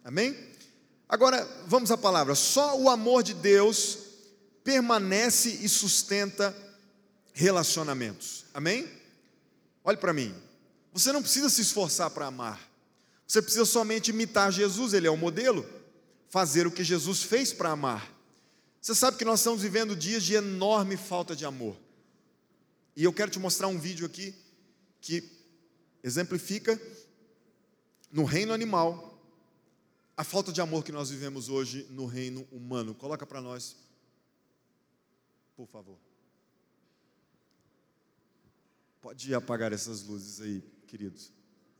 Amém? Agora, vamos à palavra. Só o amor de Deus permanece e sustenta relacionamentos. Amém? Olhe para mim. Você não precisa se esforçar para amar. Você precisa somente imitar Jesus, Ele é o modelo. Fazer o que Jesus fez para amar. Você sabe que nós estamos vivendo dias de enorme falta de amor. E eu quero te mostrar um vídeo aqui que exemplifica no reino animal a falta de amor que nós vivemos hoje no reino humano. Coloca para nós, por favor. Pode apagar essas luzes aí, queridos.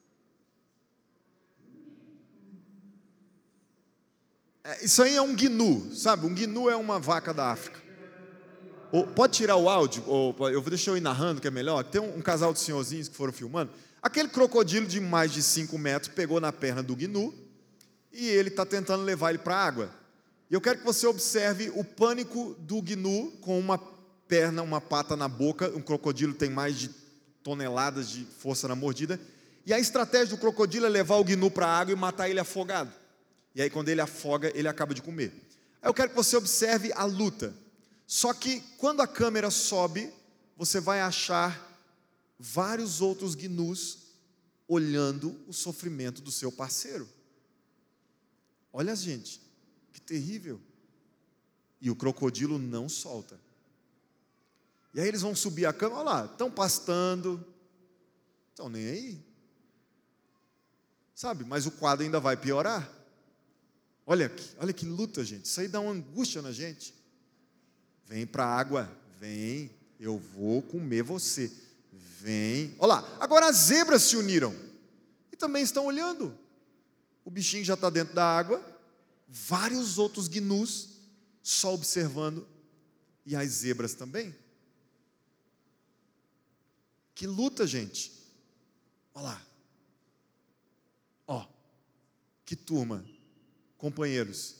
Isso aí é um gnu, sabe? Um gnu é uma vaca da África. Pode tirar o áudio, eu vou deixar eu ir narrando, que é melhor. Tem um casal de senhorzinhos que foram filmando. Aquele crocodilo de mais de 5 metros pegou na perna do gnu e ele está tentando levar ele para a água. E eu quero que você observe o pânico do gnu com uma perna, uma pata na boca. Um crocodilo tem mais de toneladas de força na mordida. E a estratégia do crocodilo é levar o gnu para a água e matar ele afogado. E aí quando ele afoga, ele acaba de comer. Aí eu quero que você observe a luta. Só que quando a câmera sobe, você vai achar vários outros gnus olhando o sofrimento do seu parceiro. Olha, gente, que terrível. E o crocodilo não solta. E aí eles vão subir a cama, olha lá, estão pastando, estão nem aí. Sabe, mas o quadro ainda vai piorar. Olha que luta, gente, isso aí dá uma angústia na gente. Vem para a água, vem, eu vou comer você, vem. Olha lá, agora as zebras se uniram e também estão olhando. O bichinho já está dentro da água, vários outros gnus só observando e as zebras também. Que luta, gente. Olha lá. Ó, que turma. Companheiros.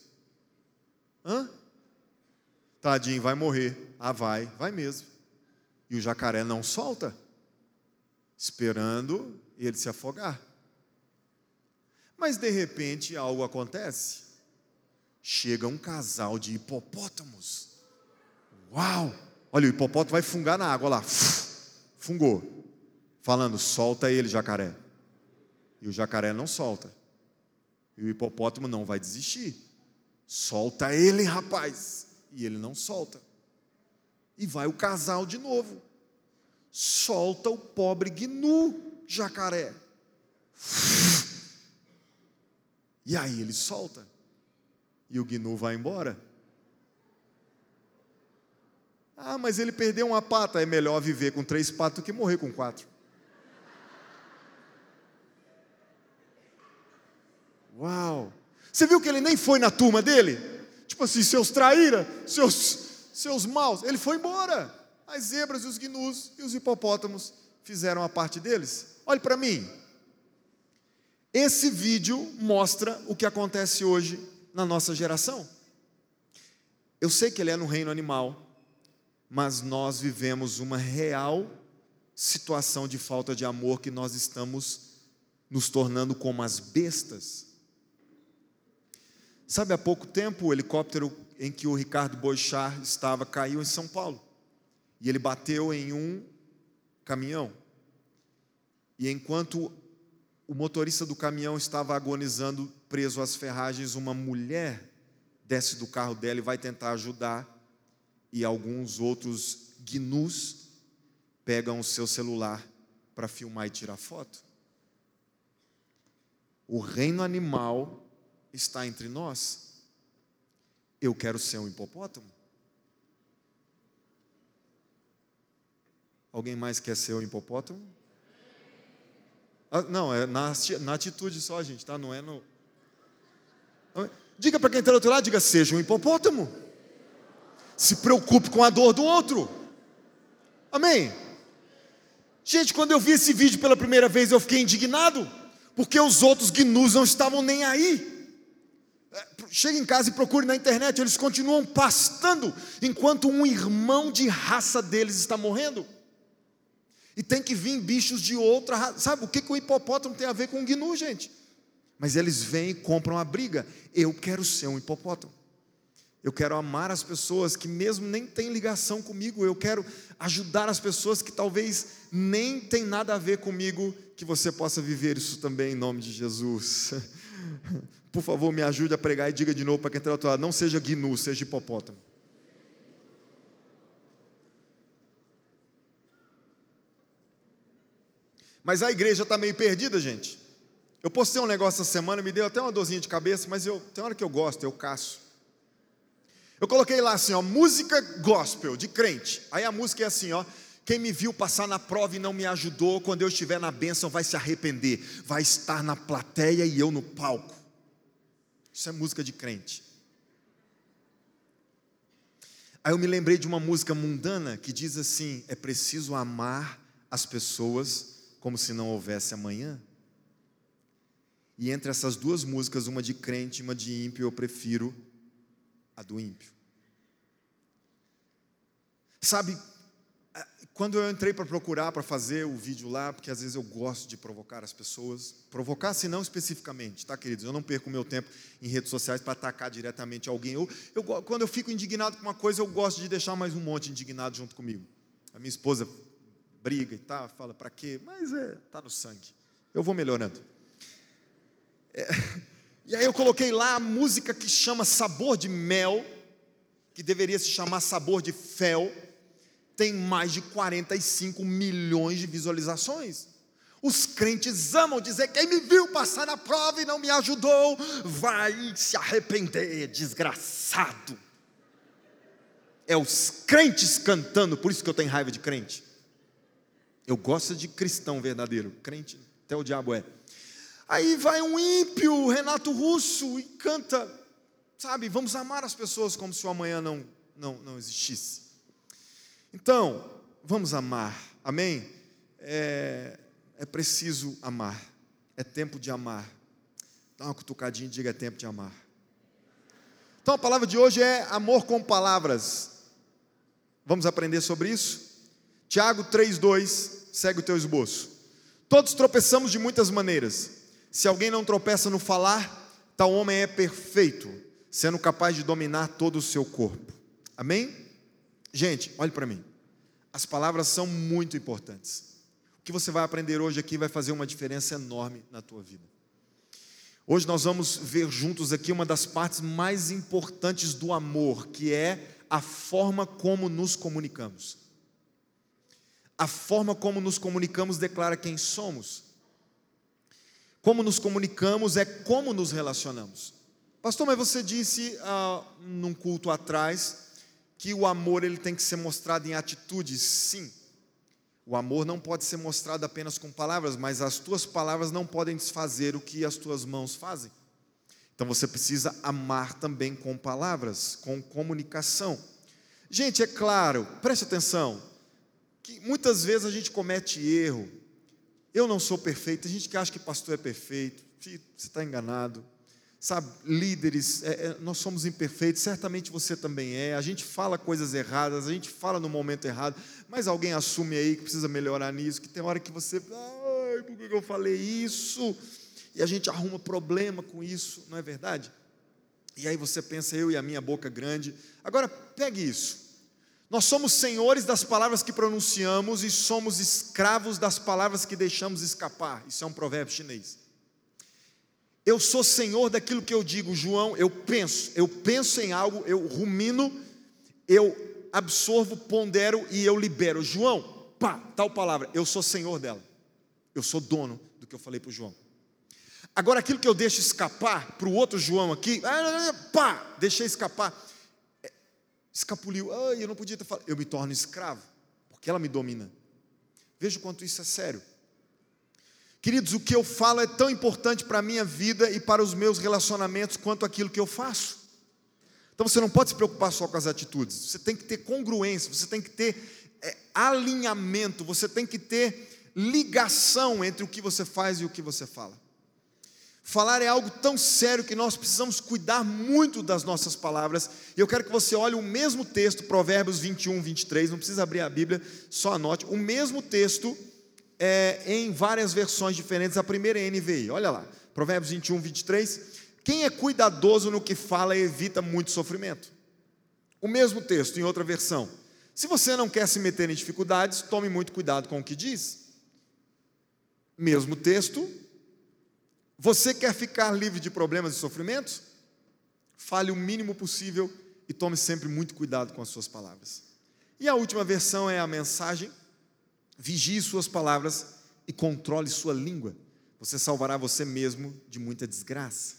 Tadinho, vai morrer. Ah, vai mesmo. E o jacaré não solta, esperando ele se afogar. Mas de repente algo acontece. Chega um casal de hipopótamos. Uau! Olha, o hipopótamo vai fungar na água, olha lá. Fungou. Falando, solta ele, jacaré. E o jacaré não solta. E o hipopótamo não vai desistir. Solta ele, rapaz. E ele não solta. E vai o casal de novo. Solta o pobre gnu, jacaré. E aí ele solta. E o gnu vai embora. Ah, mas ele perdeu uma pata. É melhor viver com 3 patas do que morrer com 4. Uau! Você viu que ele nem foi na turma dele? Tipo assim, seus traíra, seus maus. Ele foi embora. As zebras, os gnus e os hipopótamos fizeram a parte deles. Olhe para mim. Esse vídeo mostra o que acontece hoje na nossa geração. Eu sei que ele é no reino animal, mas nós vivemos uma real situação de falta de amor que nós estamos nos tornando como as bestas. Sabe, há pouco tempo o helicóptero em que o Ricardo Boechat estava caiu em São Paulo. E ele bateu em um caminhão. E enquanto o motorista do caminhão estava agonizando, preso às ferragens, uma mulher desce do carro dela e vai tentar ajudar. E alguns outros gnus pegam o seu celular para filmar e tirar foto. O reino animal está entre nós. Eu quero ser um hipopótamo. Alguém mais quer ser um hipopótamo? Não, é na atitude só, gente, tá? Não é no... Diga para quem está do outro lado, diga, seja um hipopótamo. Se preocupe com a dor do outro. Amém? Gente, quando eu vi esse vídeo pela primeira vez, eu fiquei indignado, porque os outros gnus não estavam nem aí. Chegue em casa e procure na internet, eles continuam pastando, enquanto um irmão de raça deles está morrendo. E tem que vir bichos de outra raça. Sabe o que o hipopótamo tem a ver com o gnu, gente? mas eles vêm e compram a briga. Eu quero ser um hipopótamo. Eu quero amar as pessoas que mesmo nem têm ligação comigo. Eu quero ajudar as pessoas que talvez nem tem nada a ver comigo. Que você possa viver isso também em nome de Jesus. Por favor, me ajude a pregar e diga de novo para quem está do outro lado: não seja gnu, seja hipopótamo. Mas a igreja está meio perdida, gente. Eu postei um negócio essa semana, me deu até uma dorzinha de cabeça, mas tem hora que eu gosto, eu caço. Eu coloquei lá assim, música gospel, de crente. Aí a música é assim, quem me viu passar na prova e não me ajudou, quando eu estiver na bênção vai se arrepender, vai estar na plateia e eu no palco. Isso é música de crente. Aí eu me lembrei de uma música mundana que diz assim: é preciso amar as pessoas como se não houvesse amanhã. E entre essas duas músicas, uma de crente e uma de ímpio, eu prefiro a do ímpio. Sabe, quando eu entrei para procurar, para fazer o vídeo lá, porque às vezes eu gosto de provocar as pessoas, provocar se não especificamente, tá, queridos? Eu não perco o meu tempo em redes sociais para atacar diretamente alguém. Quando eu fico indignado com uma coisa, eu gosto de deixar mais um monte indignado junto comigo. A minha esposa briga e tal, fala para quê? Mas tá no sangue. Eu vou melhorando. E aí eu coloquei lá a música que chama Sabor de Mel, que deveria se chamar Sabor de Fel. Tem mais de 45 milhões de visualizações. Os crentes amam dizer: quem me viu passar na prova e não me ajudou, vai se arrepender, desgraçado. É os crentes cantando, por isso que eu tenho raiva de crente. Eu gosto de cristão verdadeiro, crente, até o diabo é. Aí vai um ímpio, Renato Russo, e canta, sabe, vamos amar as pessoas como se o amanhã não existisse. Então, vamos amar, amém? É preciso amar, é tempo de amar. Dá uma cutucadinha e diga: é tempo de amar. Então a palavra de hoje é amor com palavras. Vamos aprender sobre isso? Tiago 3,2, segue o teu esboço. Todos tropeçamos de muitas maneiras. Se alguém não tropeça no falar, tal homem é perfeito, sendo capaz de dominar todo o seu corpo. Amém? Gente, olhe para mim. As palavras são muito importantes. O que você vai aprender hoje aqui vai fazer uma diferença enorme na tua vida. Hoje nós vamos ver juntos aqui uma das partes mais importantes do amor, que é a forma como nos comunicamos. A forma como nos comunicamos declara quem somos. Como nos comunicamos é como nos relacionamos. Pastor, mas você disse num culto atrás que o amor ele tem que ser mostrado em atitudes. Sim, o amor não pode ser mostrado apenas com palavras, mas as tuas palavras não podem desfazer o que as tuas mãos fazem. Então você precisa amar também com palavras, com comunicação. Gente, é claro, preste atenção, que muitas vezes a gente comete erro. Eu não sou perfeito, tem gente que acha que pastor é perfeito, você está enganado. Sabe, líderes, nós somos imperfeitos, certamente você também é. A gente fala coisas erradas, a gente fala no momento errado, mas alguém assume aí que precisa melhorar nisso, que tem hora que você, por que eu falei isso? E a gente arruma problema com isso, não é verdade? E aí você pensa, eu e a minha boca grande. Agora, pegue isso. Nós somos senhores das palavras que pronunciamos e somos escravos das palavras que deixamos escapar. Isso é um provérbio chinês. Eu sou senhor daquilo que eu digo, João, eu penso em algo, eu rumino, eu absorvo, pondero e eu libero. João, tal palavra, eu sou senhor dela. Eu sou dono do que eu falei para o João. Agora aquilo que eu deixo escapar para o outro João aqui, deixei escapar. Escapuliu, eu não podia ter falado. Eu me torno escravo, porque ela me domina. Veja o quanto isso é sério. Queridos, o que eu falo é tão importante para a minha vida e para os meus relacionamentos quanto aquilo que eu faço. Então você não pode se preocupar só com as atitudes, você tem que ter congruência, você tem que ter alinhamento, você tem que ter ligação entre o que você faz e o que você fala. Falar é algo tão sério que nós precisamos cuidar muito das nossas palavras. E eu quero que você olhe o mesmo texto, Provérbios 21, 23, não precisa abrir a Bíblia, só anote, o mesmo texto em várias versões diferentes. A primeira é NVI, olha lá, Provérbios 21, 23. Quem é cuidadoso no que fala evita muito sofrimento. O mesmo texto, em outra versão. Se você não quer se meter em dificuldades, tome muito cuidado com o que diz. Mesmo texto. Você quer ficar livre de problemas e sofrimentos? Fale o mínimo possível e tome sempre muito cuidado com as suas palavras. E a última versão é a mensagem. Vigie suas palavras e controle sua língua. Você salvará você mesmo de muita desgraça.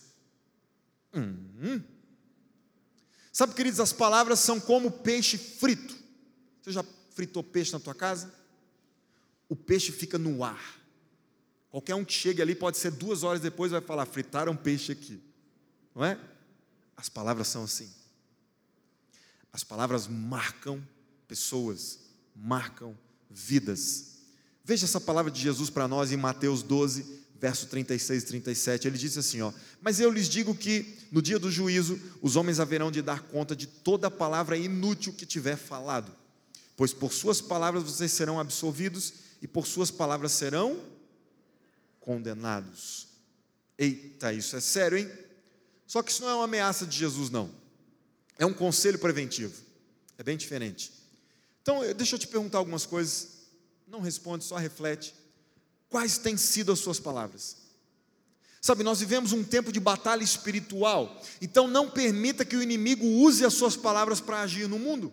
Sabe, queridos, as palavras são como peixe frito. Você já fritou peixe na tua casa? O peixe fica no ar. Qualquer um que chegue ali, pode ser 2 horas depois, vai falar, fritaram peixe aqui. Não é? As palavras são assim. As palavras marcam pessoas, marcam vidas. Veja essa palavra de Jesus para nós em Mateus 12, verso 36 e 37. Ele disse assim, mas eu lhes digo que no dia do juízo, os homens haverão de dar conta de toda palavra inútil que tiver falado. Pois por suas palavras vocês serão absolvidos e por suas palavras serão condenados. Eita, isso é sério, hein? Só que isso não é uma ameaça de Jesus, não. É um conselho preventivo. É bem diferente. Então, deixa eu te perguntar algumas coisas. Não responde, só reflete. Quais têm sido as suas palavras? Sabe, nós vivemos um tempo de batalha espiritual. Então, não permita que o inimigo use as suas palavras para agir no mundo.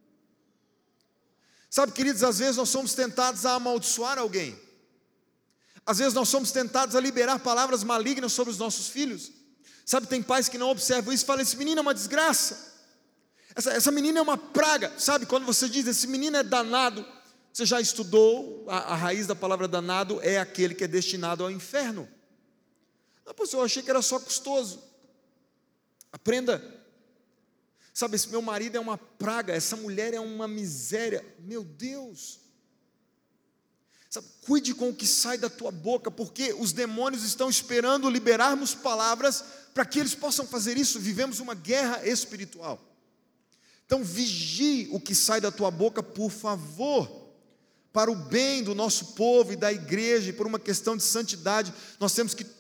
Sabe, queridos, às vezes nós somos tentados a amaldiçoar alguém. Às vezes nós somos tentados a liberar palavras malignas sobre os nossos filhos. Sabe, tem pais que não observam isso e falam, esse menino é uma desgraça. Essa menina é uma praga. Sabe, quando você diz, esse menino é danado, você já estudou, a raiz da palavra danado é aquele que é destinado ao inferno. Não, pois eu achei que era só custoso. Aprenda. Sabe, esse meu marido é uma praga, essa mulher é uma miséria. Meu Deus. Sabe, cuide com o que sai da tua boca, porque os demônios estão esperando liberarmos palavras para que eles possam fazer isso. Vivemos uma guerra espiritual. Então vigie o que sai da tua boca, por favor, para o bem do nosso povo e da igreja, e por uma questão de santidade, nós temos que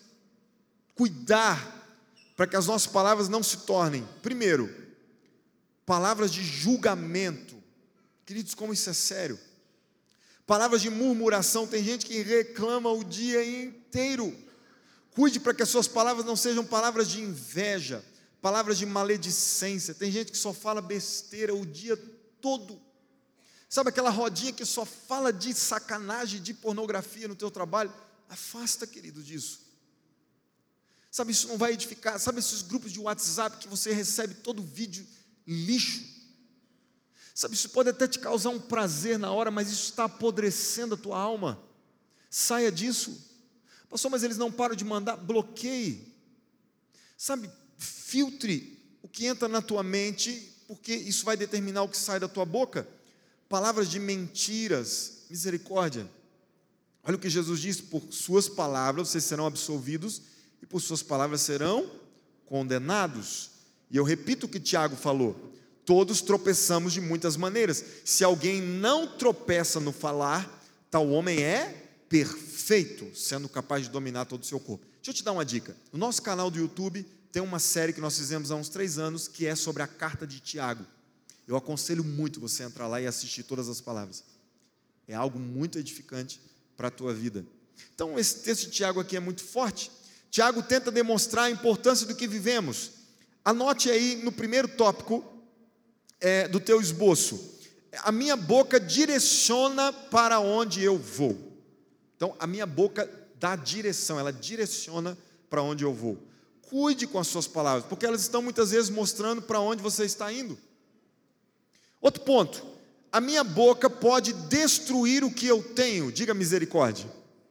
cuidar para que as nossas palavras não se tornem, primeiro, palavras de julgamento. Queridos, como isso é sério. Palavras de murmuração, tem gente que reclama o dia inteiro. Cuide para que as suas palavras não sejam palavras de inveja, palavras de maledicência. Tem gente que só fala besteira o dia todo. Sabe aquela rodinha que só fala de sacanagem, de pornografia no teu trabalho? Afasta, querido, disso. Sabe, isso não vai edificar. Sabe esses grupos de WhatsApp que você recebe todo vídeo lixo? Sabe, isso pode até te causar um prazer na hora, mas isso está apodrecendo a tua alma. Saia disso. Pastor, mas eles não param de mandar. Bloqueie. Sabe, filtre o que entra na tua mente, porque isso vai determinar o que sai da tua boca. Palavras de mentiras, misericórdia. Olha o que Jesus disse, por suas palavras vocês serão absolvidos e por suas palavras serão condenados. E eu repito o que Tiago falou, todos tropeçamos de muitas maneiras. Se alguém não tropeça no falar, tal homem é perfeito, sendo capaz de dominar todo o seu corpo. Deixa eu te dar uma dica, no nosso canal do YouTube tem uma série que nós fizemos há uns 3 anos, que é sobre a carta de Tiago. Eu aconselho muito você entrar lá e assistir todas as palavras. É algo muito edificante para a tua vida. Então, esse texto de Tiago aqui é muito forte. Tiago tenta demonstrar a importância do que vivemos. Anote aí no primeiro tópico do teu esboço. A minha boca direciona para onde eu vou. Então, a minha boca dá direção, ela direciona para onde eu vou. Cuide com as suas palavras, porque elas estão muitas vezes mostrando para onde você está indo. Outro ponto, a minha boca pode destruir o que eu tenho. Diga misericórdia.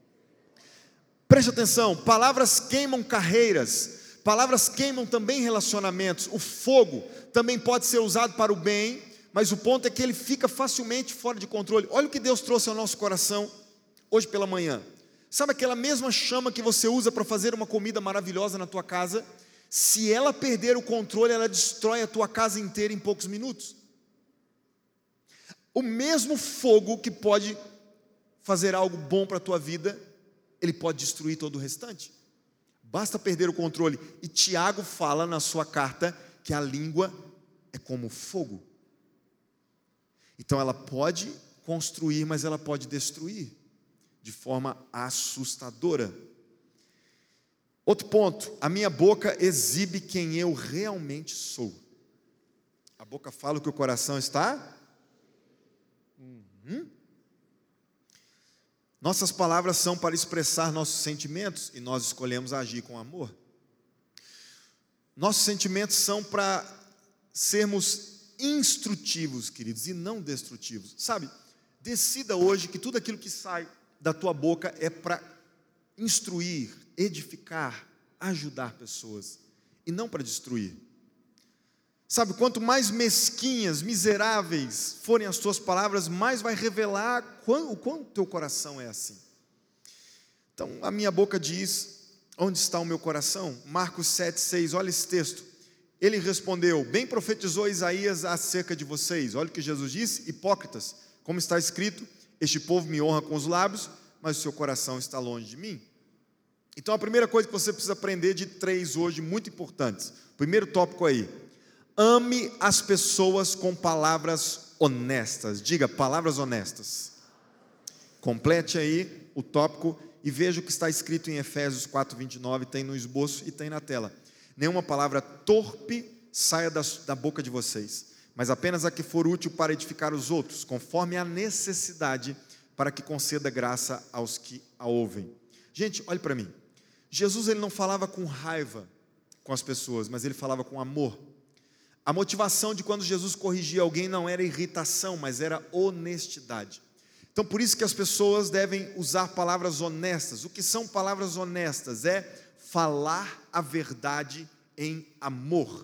Preste atenção, palavras queimam carreiras, palavras queimam também relacionamentos. O fogo também pode ser usado para o bem, mas o ponto é que ele fica facilmente fora de controle. Olha o que Deus trouxe ao nosso coração hoje pela manhã. Sabe aquela mesma chama que você usa para fazer uma comida maravilhosa na tua casa? Se ela perder o controle, ela destrói a tua casa inteira em poucos minutos. O mesmo fogo que pode fazer algo bom para a tua vida, ele pode destruir todo o restante. Basta perder o controle. E Tiago fala na sua carta que a língua é como fogo. Então ela pode construir, mas ela pode destruir de forma assustadora. Outro ponto, a minha boca exibe quem eu realmente sou. A boca fala o que o coração está. Nossas palavras são para expressar nossos sentimentos e nós escolhemos agir com amor. Nossos sentimentos são para sermos instrutivos, queridos, e não destrutivos. Sabe, decida hoje que tudo aquilo que sai da tua boca é para instruir, edificar, ajudar pessoas e não para destruir. Sabe, quanto mais mesquinhas, miseráveis forem as tuas palavras, mais vai revelar o quanto teu coração é assim. Então, a minha boca diz, onde está o meu coração? Marcos 7,6, olha esse texto. Ele respondeu, bem profetizou Isaías acerca de vocês. Olha o que Jesus disse, hipócritas, como está escrito, este povo me honra com os lábios, mas o seu coração está longe de mim. Então, a primeira coisa que você precisa aprender de 3 hoje, muito importantes. Primeiro tópico aí. Ame as pessoas com palavras honestas. Diga, palavras honestas. Complete aí o tópico e veja o que está escrito em Efésios 4:29, tem no esboço e tem na tela. Nenhuma palavra torpe saia da boca de vocês, mas apenas a que for útil para edificar os outros, conforme a necessidade, para que conceda graça aos que a ouvem. Gente, olhe para mim. Jesus ele não falava com raiva com as pessoas, mas ele falava com amor. A motivação de quando Jesus corrigia alguém não era irritação, mas era honestidade. Então por isso que as pessoas devem usar palavras honestas. O que são palavras honestas? É falar a verdade em amor.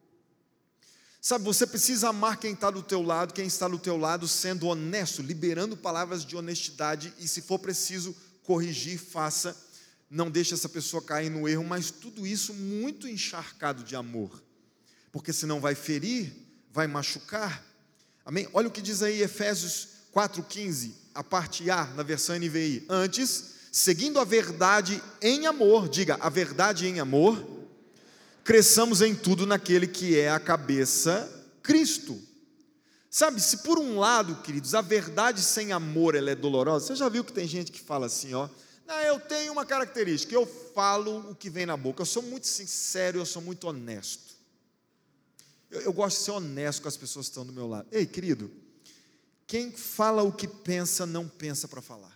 Sabe, você precisa amar quem está do teu lado, quem está do teu lado sendo honesto, liberando palavras de honestidade e se for preciso corrigir, faça. Não deixe essa pessoa cair no erro, mas tudo isso muito encharcado de amor. Porque senão vai ferir, vai machucar. Amém? Olha o que diz aí Efésios 4:15, a parte A, na versão NVI. Antes, seguindo a verdade em amor, diga, a verdade em amor, cresçamos em tudo naquele que é a cabeça, Cristo. Sabe, se por um lado, queridos, a verdade sem amor ela é dolorosa, você já viu que tem gente que fala assim, ó, não, eu tenho uma característica, eu falo o que vem na boca, eu sou muito sincero, eu sou muito honesto. Eu gosto de ser honesto com as pessoas que estão do meu lado. Ei, querido, quem fala o que pensa, não pensa para falar.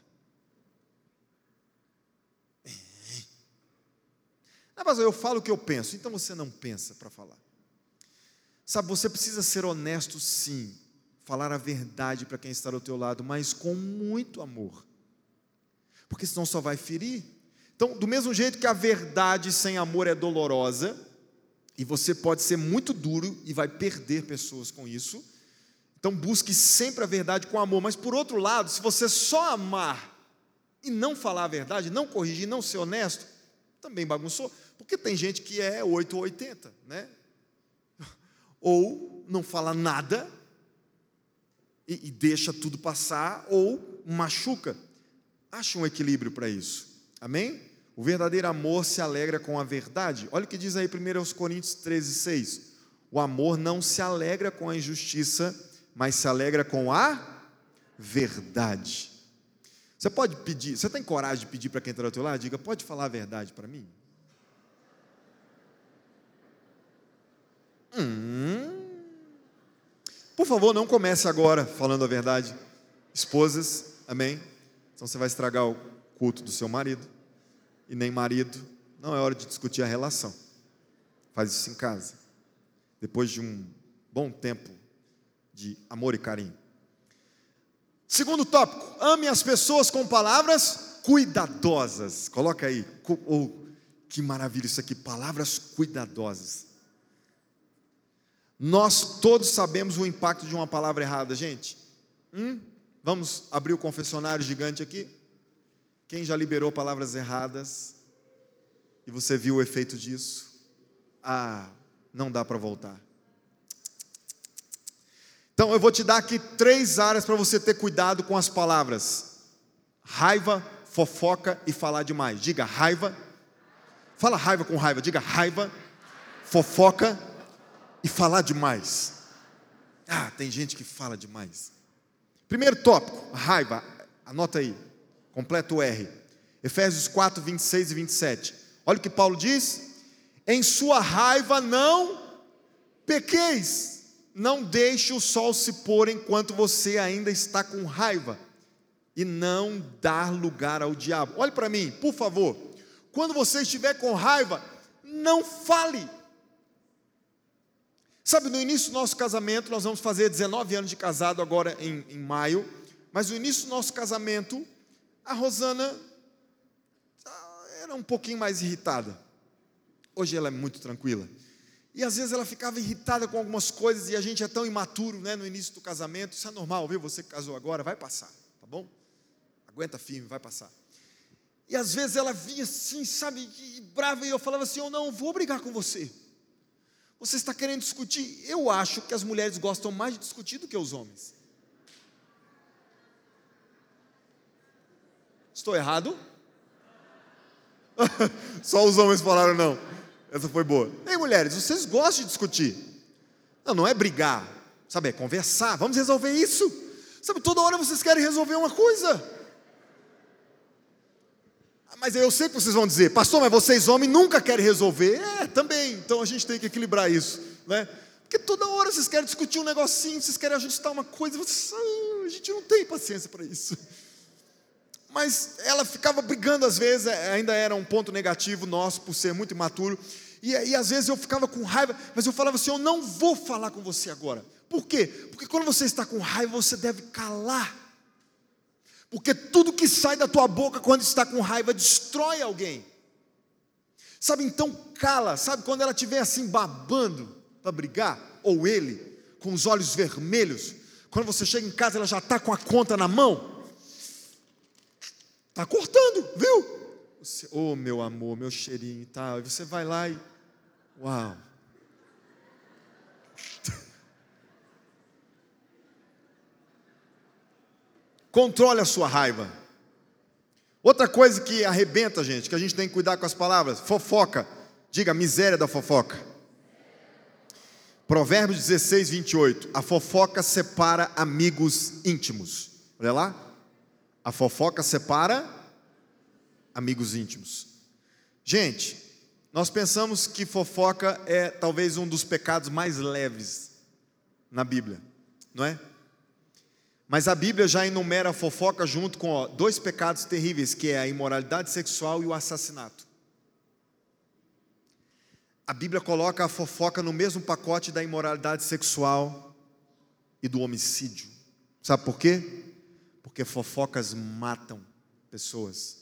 Ah, mas eu falo o que eu penso, então você não pensa para falar. Sabe, você precisa ser honesto sim, falar a verdade para quem está do teu lado, mas com muito amor. Porque senão só vai ferir. Então, do mesmo jeito que a verdade sem amor é dolorosa, e você pode ser muito duro e vai perder pessoas com isso. Então busque sempre a verdade com amor. Mas por outro lado, se você só amar e não falar a verdade, não corrigir, não ser honesto, também bagunçou. Porque tem gente que é 8 ou 80, né? Ou não fala nada e deixa tudo passar, ou machuca. Acha um equilíbrio para isso. Amém? O verdadeiro amor se alegra com a verdade. Olha o que diz aí 1 Coríntios 13:6. O amor não se alegra com a injustiça, mas se alegra com a verdade. Você pode pedir, você tem coragem de pedir para quem está do teu lado? Diga, pode falar a verdade para mim? Por favor, não comece agora falando a verdade. Esposas, amém? Senão você vai estragar o culto do seu marido. E nem marido, não é hora de discutir a relação. Faz isso em casa. Depois de um bom tempo de amor e carinho. Segundo tópico, ame as pessoas com palavras cuidadosas. Coloca aí. Oh, que maravilha isso aqui, palavras cuidadosas. Nós todos sabemos o impacto de uma palavra errada, gente. Vamos abrir o confessionário gigante aqui? Quem já liberou palavras erradas e você viu o efeito disso? Ah, não dá para voltar. Então eu vou te dar aqui 3 áreas para você ter cuidado com as palavras: raiva, fofoca e falar demais. Diga, raiva, Fala raiva com raiva, diga raiva, fofoca e falar demais. Ah, tem gente que fala demais. Primeiro tópico, raiva, anota aí, completa o R. Efésios 4, 26 e 27. Olha o que Paulo diz: em sua raiva não pequeis, não deixe o sol se pôr enquanto você ainda está com raiva, e não dar lugar ao diabo. Olhe para mim, por favor. Quando você estiver com raiva, não fale. Sabe, no início do nosso casamento, nós vamos fazer 19 anos de casado agora em maio, mas no início do nosso casamento, a Rosana era um pouquinho mais irritada. Hoje ela é muito tranquila. E às vezes ela ficava irritada com algumas coisas, e a gente é tão imaturo, né, no início do casamento. Isso é normal, viu? Você que casou agora, vai passar, tá bom? Aguenta firme, vai passar. E às vezes ela vinha assim, sabe, brava, e eu falava assim: eu não vou brigar com você. Você está querendo discutir? Eu acho que as mulheres gostam mais de discutir do que os homens. Estou errado? Só os homens falaram não. Essa foi boa. Ei, mulheres, vocês gostam de discutir? Não, não é brigar, sabe, é conversar. Vamos resolver isso. Sabe, toda hora vocês querem resolver uma coisa. Mas eu sei que vocês vão dizer: pastor, mas vocês homens nunca querem resolver. Também, então a gente tem que equilibrar isso, né? Porque toda hora vocês querem discutir um negocinho, vocês querem ajustar uma coisa, a gente não tem paciência para isso. Mas ela ficava brigando às vezes, ainda era um ponto negativo nosso, por ser muito imaturo, e às vezes eu ficava com raiva, mas eu falava assim: eu não vou falar com você agora. Por quê? Porque quando você está com raiva, você deve calar. Porque tudo que sai da tua boca quando está com raiva destrói alguém. Sabe, então cala. Sabe, quando ela estiver assim babando para brigar, ou ele, com os olhos vermelhos, quando você chega em casa, ela já está com a conta na mão, está cortando, viu? Você, oh meu amor, meu cheirinho e tal, e você vai lá e, uau. Controle a sua raiva. Outra coisa que arrebenta, gente, que a gente tem que cuidar com as palavras: fofoca. Diga, miséria da fofoca. Provérbios 16, 28. A fofoca separa amigos íntimos. Olha lá. A fofoca separa amigos íntimos. Gente, nós pensamos que fofoca é talvez um dos pecados mais leves na Bíblia, não é? Mas a Bíblia já enumera a fofoca junto com dois pecados terríveis, que é a imoralidade sexual e o assassinato. A Bíblia coloca a fofoca no mesmo pacote da imoralidade sexual e do homicídio. Sabe por quê? Porque fofocas matam pessoas.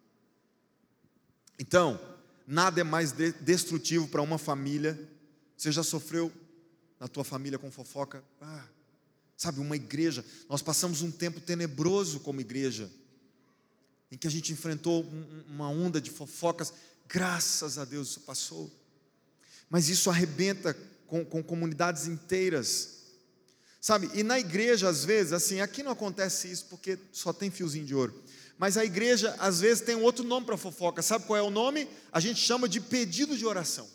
Então, nada é mais destrutivo para uma família. Você já sofreu na tua família com fofoca? Sabe, uma igreja, nós passamos um tempo tenebroso como igreja, em que a gente enfrentou uma onda de fofocas. Graças a Deus isso passou. Mas isso arrebenta com comunidades inteiras. Sabe, e na igreja às vezes, assim, aqui não acontece isso porque só tem fiozinho de ouro. Mas a igreja às vezes tem um outro nome para fofoca. Sabe qual é o nome? A gente chama de pedido de oração.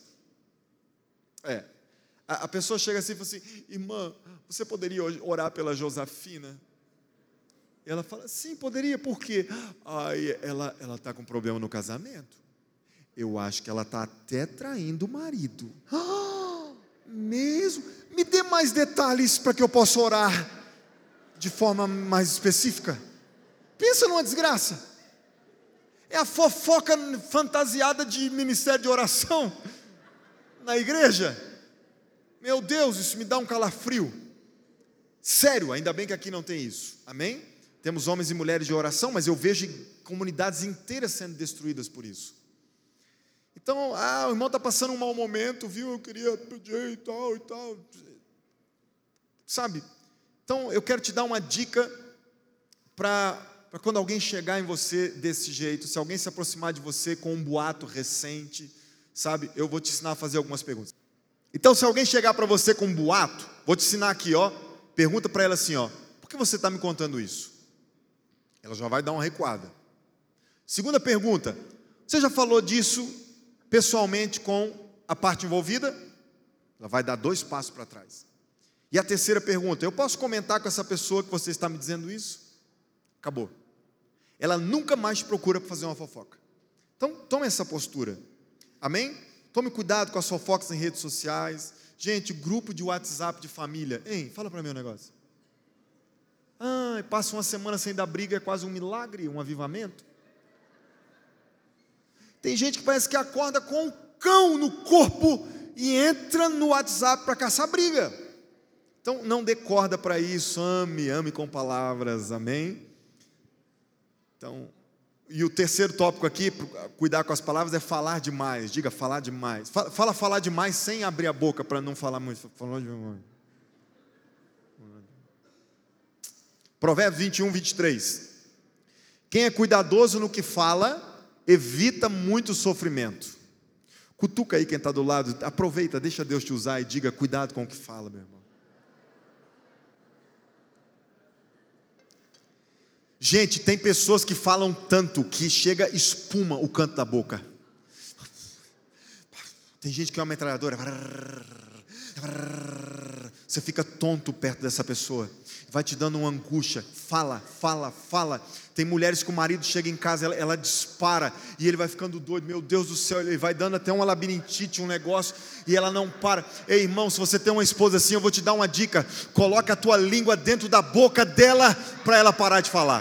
A pessoa chega assim e fala assim: irmã, você poderia orar pela Josafina? E ela fala: sim, poderia, por quê? Ela está com problema no casamento. Eu acho que ela está até traindo o marido. Mesmo? Me dê mais detalhes para que eu possa orar de forma mais específica. Pensa numa desgraça. É a fofoca fantasiada de ministério de oração na igreja. Meu Deus, isso me dá um calafrio. Sério, ainda bem que aqui não tem isso. Amém? Temos homens e mulheres de oração, mas eu vejo comunidades inteiras sendo destruídas por isso. Então, o irmão está passando um mau momento, viu? Eu queria pedir e tal. Sabe? Então, eu quero te dar uma dica para quando alguém chegar em você desse jeito, se alguém se aproximar de você com um boato recente, sabe? Eu vou te ensinar a fazer algumas perguntas. Então, se alguém chegar para você com um boato, vou te ensinar aqui, pergunta para ela assim, por que você está me contando isso? Ela já vai dar uma recuada. Segunda pergunta: você já falou disso pessoalmente com a parte envolvida, ela vai dar 2 passos para trás. E a terceira pergunta: eu posso comentar com essa pessoa que você está me dizendo isso? Acabou. Ela nunca mais te procura para fazer uma fofoca. Então, tome essa postura. Amém? Tome cuidado com as fofocas em redes sociais. Gente, grupo de WhatsApp de família. Hein, fala para mim um negócio. Passa uma semana sem dar briga, é quase um milagre, um avivamento. Tem gente que parece que acorda com um cão no corpo e entra no WhatsApp para caçar briga. Então, não dê corda para isso. Ame com palavras. Amém? Então, e o terceiro tópico aqui, cuidar com as palavras, é falar demais. Diga, falar demais. Fala falar demais sem abrir a boca para não falar muito. Falar demais. Provérbios 21, 23. Quem é cuidadoso no que fala, evita muito sofrimento. Cutuca aí quem está do lado, aproveita, deixa Deus te usar e diga, cuidado com o que fala, meu irmão. Gente, tem pessoas que falam tanto que chega, espuma o canto da boca. Tem gente que é uma metralhadora. Você fica tonto perto dessa pessoa. Vai te dando uma angústia. Fala. Tem mulheres que o marido chega em casa, ela dispara e ele vai ficando doido. Meu Deus do céu, ele vai dando até uma labirintite, um negócio, e ela não para. Ei, irmão, se você tem uma esposa assim, eu vou te dar uma dica. Coloca a tua língua dentro da boca dela para ela parar de falar.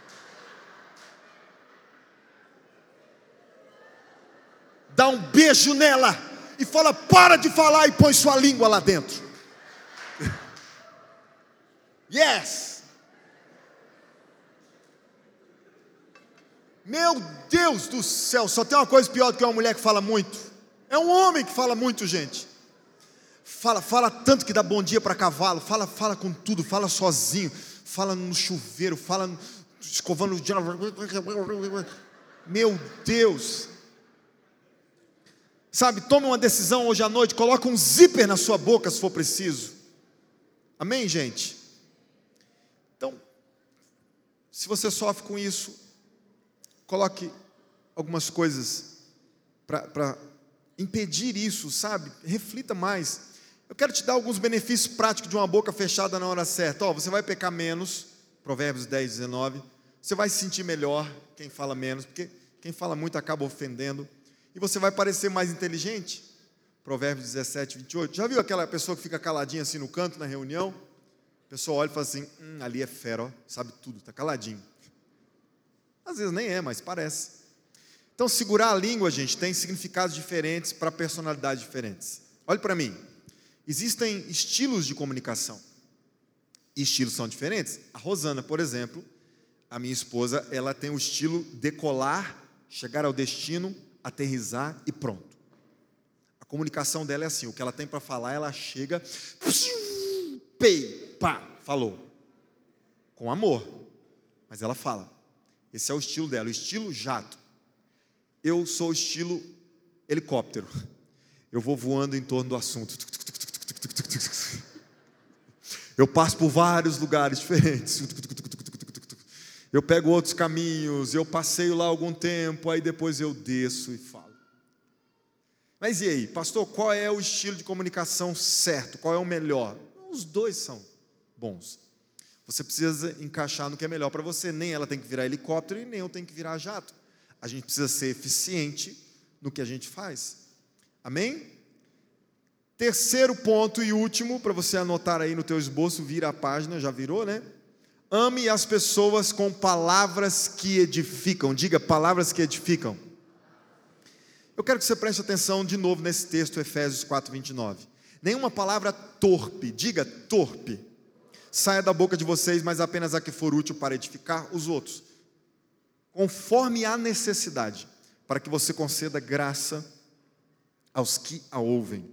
Dá um beijo nela e fala, para de falar, e põe sua língua lá dentro. Yes! Meu Deus do céu, só tem uma coisa pior do que uma mulher que fala muito. É um homem que fala muito, gente. Fala tanto que dá bom dia para cavalo. Fala com tudo, fala sozinho. Fala no chuveiro, fala escovando o dia. Meu Deus. Sabe, tome uma decisão hoje à noite. Coloca um zíper na sua boca se for preciso. Amém, gente? Então, se você sofre com isso, coloque algumas coisas para impedir isso, sabe? Reflita mais. Eu quero te dar alguns benefícios práticos de uma boca fechada na hora certa. Você vai pecar menos, Provérbios 10, 19. Você vai se sentir melhor, quem fala menos, porque quem fala muito acaba ofendendo. E você vai parecer mais inteligente, Provérbios 17, 28. Já viu aquela pessoa que fica caladinha assim no canto, na reunião? A pessoa olha e fala assim, ali é fera, ó, sabe tudo, está caladinho. Às vezes nem é, mas parece. Então, segurar a língua, gente, tem significados diferentes para personalidades diferentes. Olhe para mim. Existem estilos de comunicação. E estilos são diferentes. A Rosana, por exemplo, a minha esposa, ela tem o estilo decolar, chegar ao destino, aterrissar e pronto. A comunicação dela é assim, o que ela tem para falar, ela chega, falou. Com amor. Mas ela fala. Esse é o estilo dela, o estilo jato. Eu sou o estilo helicóptero. Eu vou voando em torno do assunto. Eu passo por vários lugares diferentes. Eu pego outros caminhos, eu passeio lá algum tempo, aí depois eu desço e falo. Mas e aí, pastor, qual é o estilo de comunicação certo? Qual é o melhor? Os dois são bons. Você precisa encaixar no que é melhor para você. Nem ela tem que virar helicóptero e nem eu tenho que virar jato. A gente precisa ser eficiente no que a gente faz. Amém? Terceiro ponto e último, para você anotar aí no teu esboço, vira a página, já virou, né? Ame as pessoas com palavras que edificam. Diga, palavras que edificam. Eu quero que você preste atenção de novo nesse texto, Efésios 4, 29. Nenhuma palavra torpe, diga torpe, saia da boca de vocês, mas apenas a que for útil para edificar os outros, conforme a necessidade, para que você conceda graça aos que a ouvem.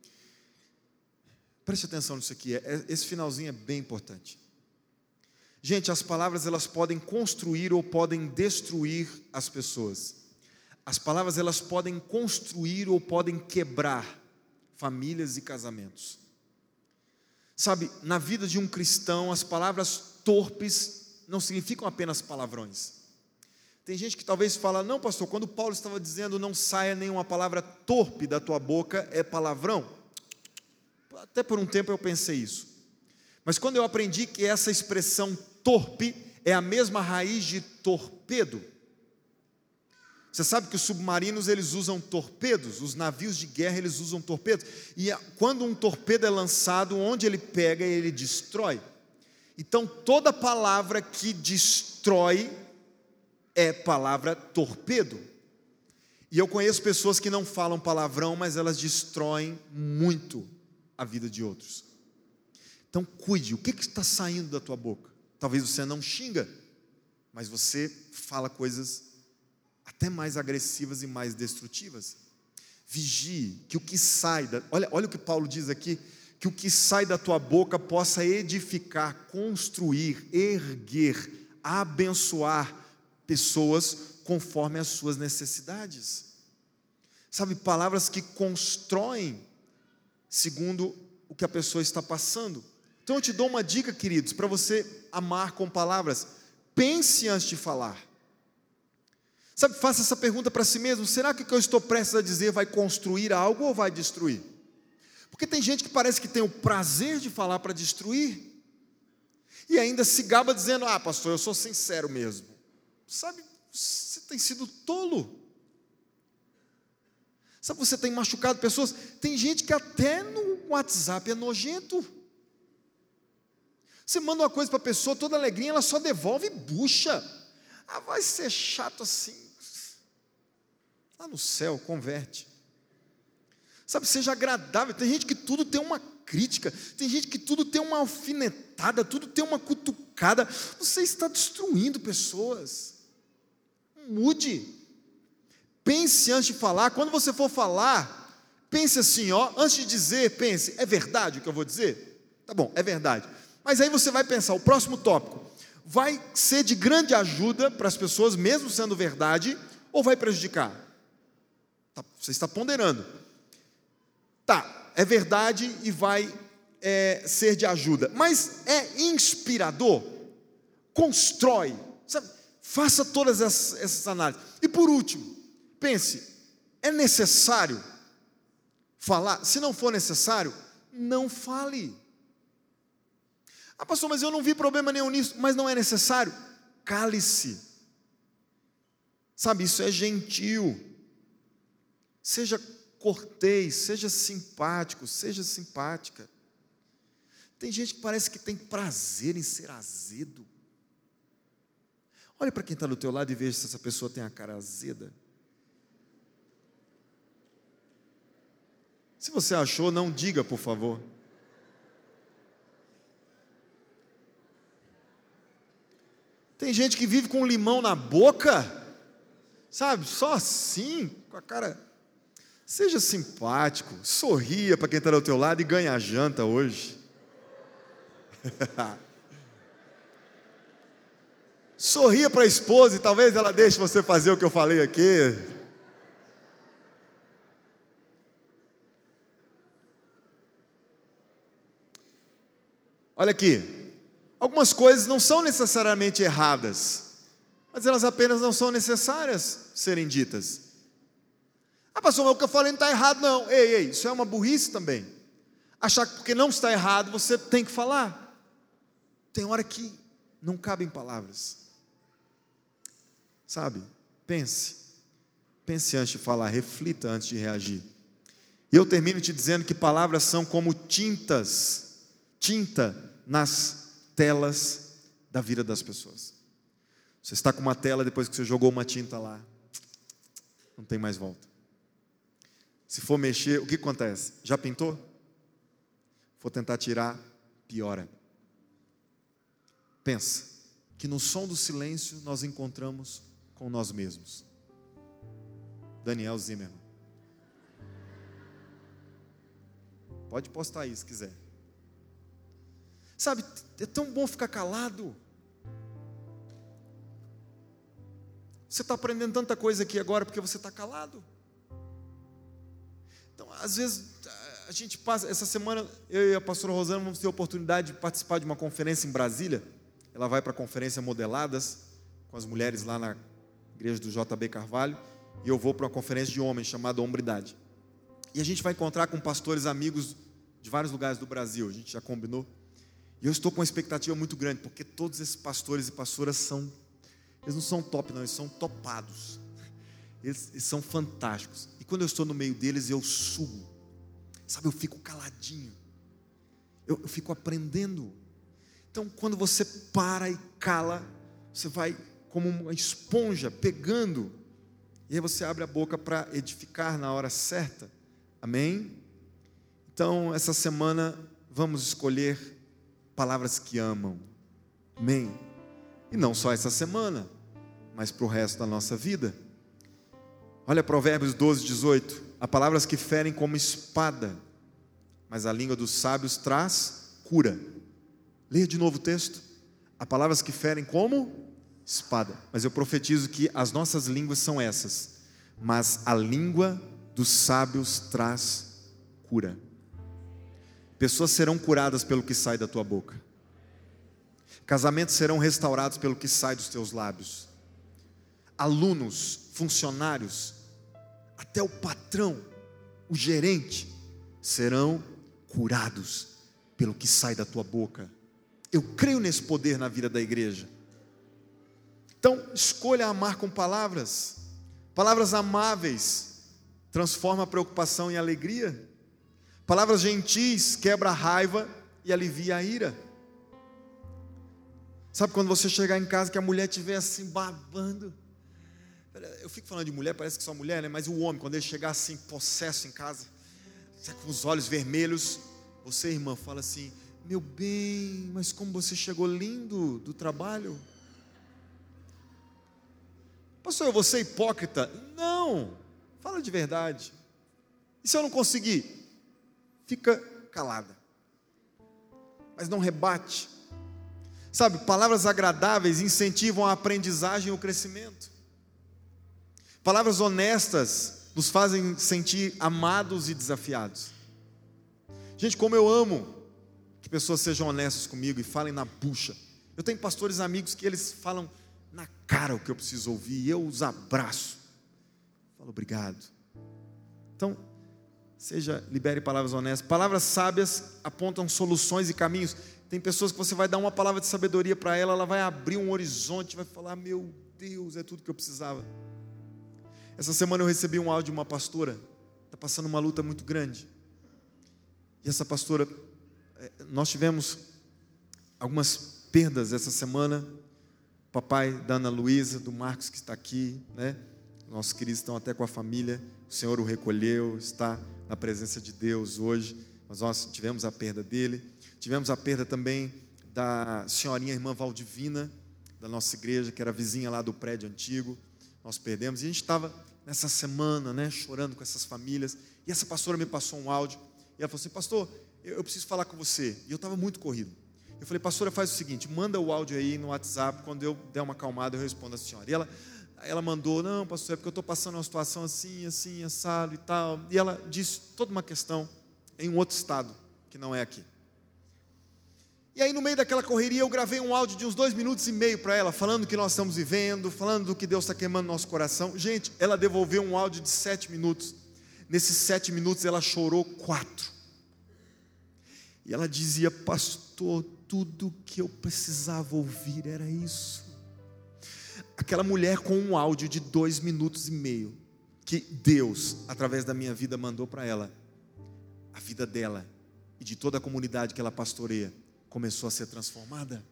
Preste atenção nisso aqui, esse finalzinho é bem importante. Gente, as palavras elas podem construir ou podem destruir as pessoas. As palavras elas podem construir ou podem quebrar famílias e casamentos. Sabe, na vida de um cristão, as palavras torpes não significam apenas palavrões. Tem gente que talvez fala, não pastor, quando Paulo estava dizendo não saia nenhuma palavra torpe da tua boca, é palavrão. Até por um tempo eu pensei isso. Mas quando eu aprendi que essa expressão torpe é a mesma raiz de torpedo. Você sabe que os submarinos eles usam torpedos, os navios de guerra eles usam torpedos. E quando um torpedo é lançado, onde ele pega, ele destrói. Então toda palavra que destrói é palavra torpedo. E eu conheço pessoas que não falam palavrão, mas elas destroem muito a vida de outros. Então cuide, o que está saindo da tua boca? Talvez você não xinga, mas você fala coisas até mais agressivas e mais destrutivas. Vigie que o que sai olha o que Paulo diz aqui, que o que sai da tua boca possa edificar, construir, erguer, abençoar pessoas conforme as suas necessidades. Sabe, palavras que constroem segundo o que a pessoa está passando. Então eu te dou uma dica, queridos, para você amar com palavras. Pense antes de falar. Sabe, faça essa pergunta para si mesmo: será que o que eu estou prestes a dizer vai construir algo ou vai destruir? Porque tem gente que parece que tem o prazer de falar para destruir, e ainda se gaba dizendo, pastor, eu sou sincero mesmo. Sabe, você tem sido tolo. Sabe, você tem machucado pessoas. Tem gente que até no WhatsApp é nojento. Você manda uma coisa para a pessoa, toda alegrinha, ela só devolve bucha. Vai ser chato assim. Lá no céu, converte. Sabe, seja agradável. Tem gente que tudo tem uma crítica. Tem gente que tudo tem uma alfinetada, tudo tem uma cutucada. Você está destruindo pessoas. Mude. Pense antes de falar. Quando você for falar, pense assim, antes de dizer, pense, é verdade o que eu vou dizer? Tá bom, é verdade. Mas aí você vai pensar, o próximo tópico vai ser de grande ajuda para as pessoas, mesmo sendo verdade, ou vai prejudicar? Você está ponderando. É verdade e vai ser de ajuda, mas é inspirador? Constrói? Sabe? Faça todas essas análises. E por último, pense, é necessário falar? Se não for necessário, não fale. Pastor, mas eu não vi problema nenhum nisso. Mas não é necessário? Cale-se. Sabe, isso é gentil. Seja cortês, seja simpático, seja simpática. Tem gente que parece que tem prazer em ser azedo. Olha para quem está do teu lado e veja se essa pessoa tem a cara azeda. Se você achou, não diga, por favor. Tem gente que vive com limão na boca, sabe, só assim, com a cara. Seja simpático, sorria para quem está do teu lado e ganhe a janta hoje. Sorria para a esposa e talvez ela deixe você fazer o que eu falei aqui. Olha aqui. Algumas coisas não são necessariamente erradas, mas elas apenas não são necessárias serem ditas. Pastor, mas o que eu falei não está errado não. Ei, isso é uma burrice também. Achar que porque não está errado, você tem que falar. Tem hora que não cabem palavras. Sabe, pense antes de falar, reflita antes de reagir. E eu termino te dizendo que palavras são como tinta nas telas da vida das pessoas. Você está com uma tela depois que você jogou uma tinta lá, não tem mais volta. Se for mexer, o que acontece? Já pintou? For tentar tirar, piora. Pensa que no som do silêncio nós encontramos com nós mesmos. Daniel Zimmerman. Pode postar aí se quiser. Sabe, é tão bom ficar calado. Você está aprendendo tanta coisa aqui agora porque você está calado. Então, às vezes, a gente passa, essa semana, eu e a pastora Rosana vamos ter a oportunidade de participar de uma conferência em Brasília. Ela vai para a conferência Modeladas, com as mulheres lá na igreja do JB Carvalho, e eu vou para uma conferência de homens chamada Hombridade. E a gente vai encontrar com pastores amigos de vários lugares do Brasil, a gente já combinou. E eu estou com uma expectativa muito grande, porque todos esses pastores e pastoras eles não são top não, eles são topados. Eles são fantásticos. E quando eu estou no meio deles, eu subo. Sabe, eu fico caladinho. Eu fico aprendendo. Então, quando você para e cala, você vai como uma esponja pegando. E aí você abre a boca para edificar na hora certa. Amém? Então, essa semana, vamos escolher palavras que amam. Amém? E não só essa semana, mas para o resto da nossa vida. Olha Provérbios 12, 18. Há palavras que ferem como espada, mas a língua dos sábios traz cura. Leia de novo o texto. Há palavras que ferem como espada, mas eu profetizo que as nossas línguas são essas. Mas a língua dos sábios traz cura. Pessoas serão curadas pelo que sai da tua boca. Casamentos serão restaurados pelo que sai dos teus lábios. Alunos, funcionários, até o patrão, o gerente, serão curados pelo que sai da tua boca. Eu creio nesse poder na vida da igreja. Então, escolha amar com palavras. Palavras amáveis transforma a preocupação em alegria. Palavras gentis quebra a raiva e alivia a ira. Sabe quando você chegar em casa que a mulher estiver assim babando? Eu fico falando de mulher, parece que só mulher, né? Mas o homem, quando ele chegar assim, possesso em casa, com os olhos vermelhos, você, irmã, fala assim: meu bem, mas como você chegou lindo do trabalho. Pastor, eu vou ser hipócrita? Não, fala de verdade. E se eu não conseguir? Fica calada, mas não rebate. Sabe, palavras agradáveis incentivam a aprendizagem e o crescimento. Palavras honestas nos fazem sentir amados e desafiados. Gente, como eu amo que pessoas sejam honestas comigo e falem na bucha. Eu tenho pastores amigos que eles falam na cara o que eu preciso ouvir, e eu os abraço. Falo obrigado. Então, libere palavras honestas. Palavras sábias apontam soluções e caminhos. Tem pessoas que você vai dar uma palavra de sabedoria para ela, ela vai abrir um horizonte, vai falar: meu Deus, é tudo que eu precisava. Essa semana eu recebi um áudio de uma pastora, está passando uma luta muito grande. E essa pastora, nós tivemos algumas perdas essa semana. O papai da Ana Luísa, do Marcos que está aqui, né? Nossos queridos estão até com a família. O Senhor o recolheu, está na presença de Deus hoje. Mas nós tivemos a perda dele. Tivemos a perda também da senhorinha irmã Valdivina, da nossa igreja, que era vizinha lá do prédio antigo. Nós perdemos, e a gente estava nessa semana, né, chorando com essas famílias, e essa pastora me passou um áudio, e ela falou assim: pastor, eu preciso falar com você, e eu estava muito corrido. Eu falei: pastora, faz o seguinte, manda o áudio aí no WhatsApp, quando eu der uma acalmada eu respondo a senhora. E ela mandou: não, pastor, é porque eu estou passando uma situação assim, assim, assado e tal, e ela disse toda uma questão em um outro estado, que não é aqui. E aí no meio daquela correria eu gravei um áudio de uns 2 minutos e meio para ela, falando do que nós estamos vivendo, falando do que Deus está queimando no nosso coração. Gente, ela devolveu um áudio de 7 minutos. Nesses 7 minutos ela chorou 4. E ela dizia: pastor, tudo que eu precisava ouvir era isso. Aquela mulher com um áudio de 2 minutos e meio, que Deus, através da minha vida, mandou para ela, a vida dela e de toda a comunidade que ela pastoreia começou a ser transformada.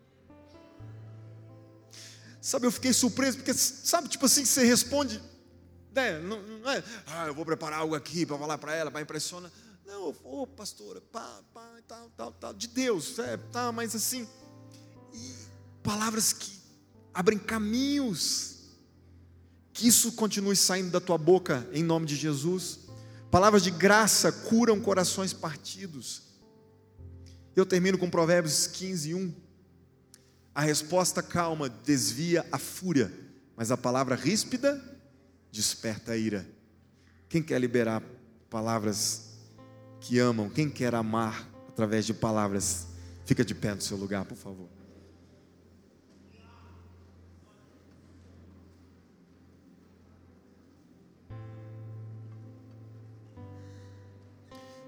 Sabe, eu fiquei surpreso, porque, sabe, tipo assim, você responde, né? Não é: eu vou preparar algo aqui para falar para ela, para impressionar. Não, pastora, tal, de Deus, mas assim, e palavras que abrem caminhos, que isso continue saindo da tua boca, em nome de Jesus. Palavras de graça curam corações partidos. Eu termino com Provérbios 15, 1. A resposta calma desvia a fúria, mas a palavra ríspida desperta a ira. Quem quer liberar palavras que amam? Quem quer amar através de palavras? Fica de pé no seu lugar, por favor.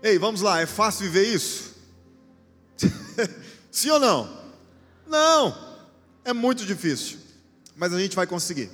Ei, vamos lá, é fácil viver isso? Sim ou não? Não, é muito difícil, mas a gente vai conseguir.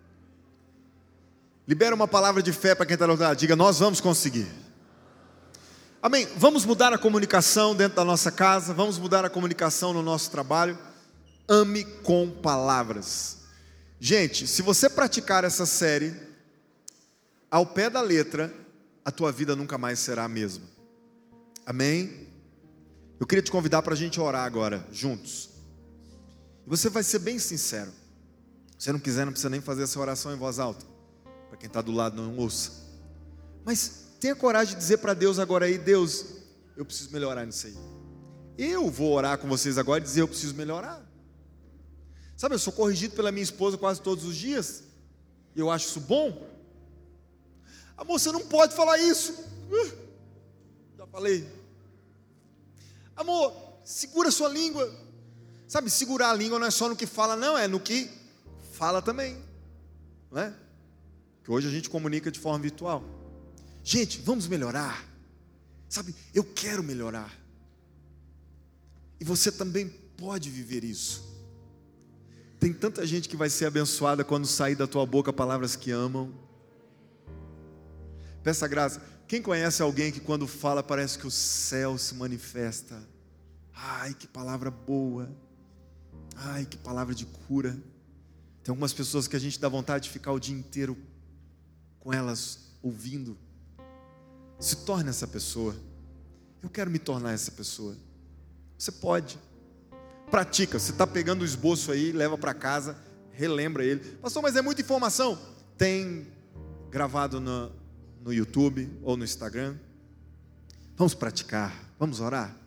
Libera uma palavra de fé para quem está no lugar. Diga, nós vamos conseguir. Amém. Vamos mudar a comunicação dentro da nossa casa. Vamos mudar a comunicação no nosso trabalho. Ame com palavras. Gente, se você praticar essa série ao pé da letra, a tua vida nunca mais será a mesma. Amém? Eu queria te convidar para a gente orar agora, juntos. E você vai ser bem sincero. Se você não quiser, não precisa nem fazer essa oração em voz alta. Para quem está do lado não ouça. Mas tenha coragem de dizer para Deus agora aí, Deus, eu preciso melhorar nisso aí. Eu vou orar com vocês agora e dizer, eu preciso melhorar. Sabe, eu sou corrigido pela minha esposa quase todos os dias. E eu acho isso bom. Amor, você não pode falar isso. Já falei. Amor, segura a sua língua. Sabe, segurar a língua não é só no que fala, não, é no que fala também. Não é? Que hoje a gente comunica de forma virtual. Gente, vamos melhorar. Sabe, eu quero melhorar. E você também pode viver isso. Tem tanta gente que vai ser abençoada quando sair da tua boca palavras que amam. Peça graça. Quem conhece alguém que quando fala parece que o céu se manifesta? Ai, que palavra boa. Ai, que palavra de cura. Tem algumas pessoas que a gente dá vontade de ficar o dia inteiro com elas ouvindo. Se torne essa pessoa. Eu quero me tornar essa pessoa. Você pode. Pratica. Você está pegando o esboço aí, leva para casa, relembra ele. Pastor, mas é muita informação. Tem gravado no YouTube ou no Instagram. Vamos praticar. Vamos orar.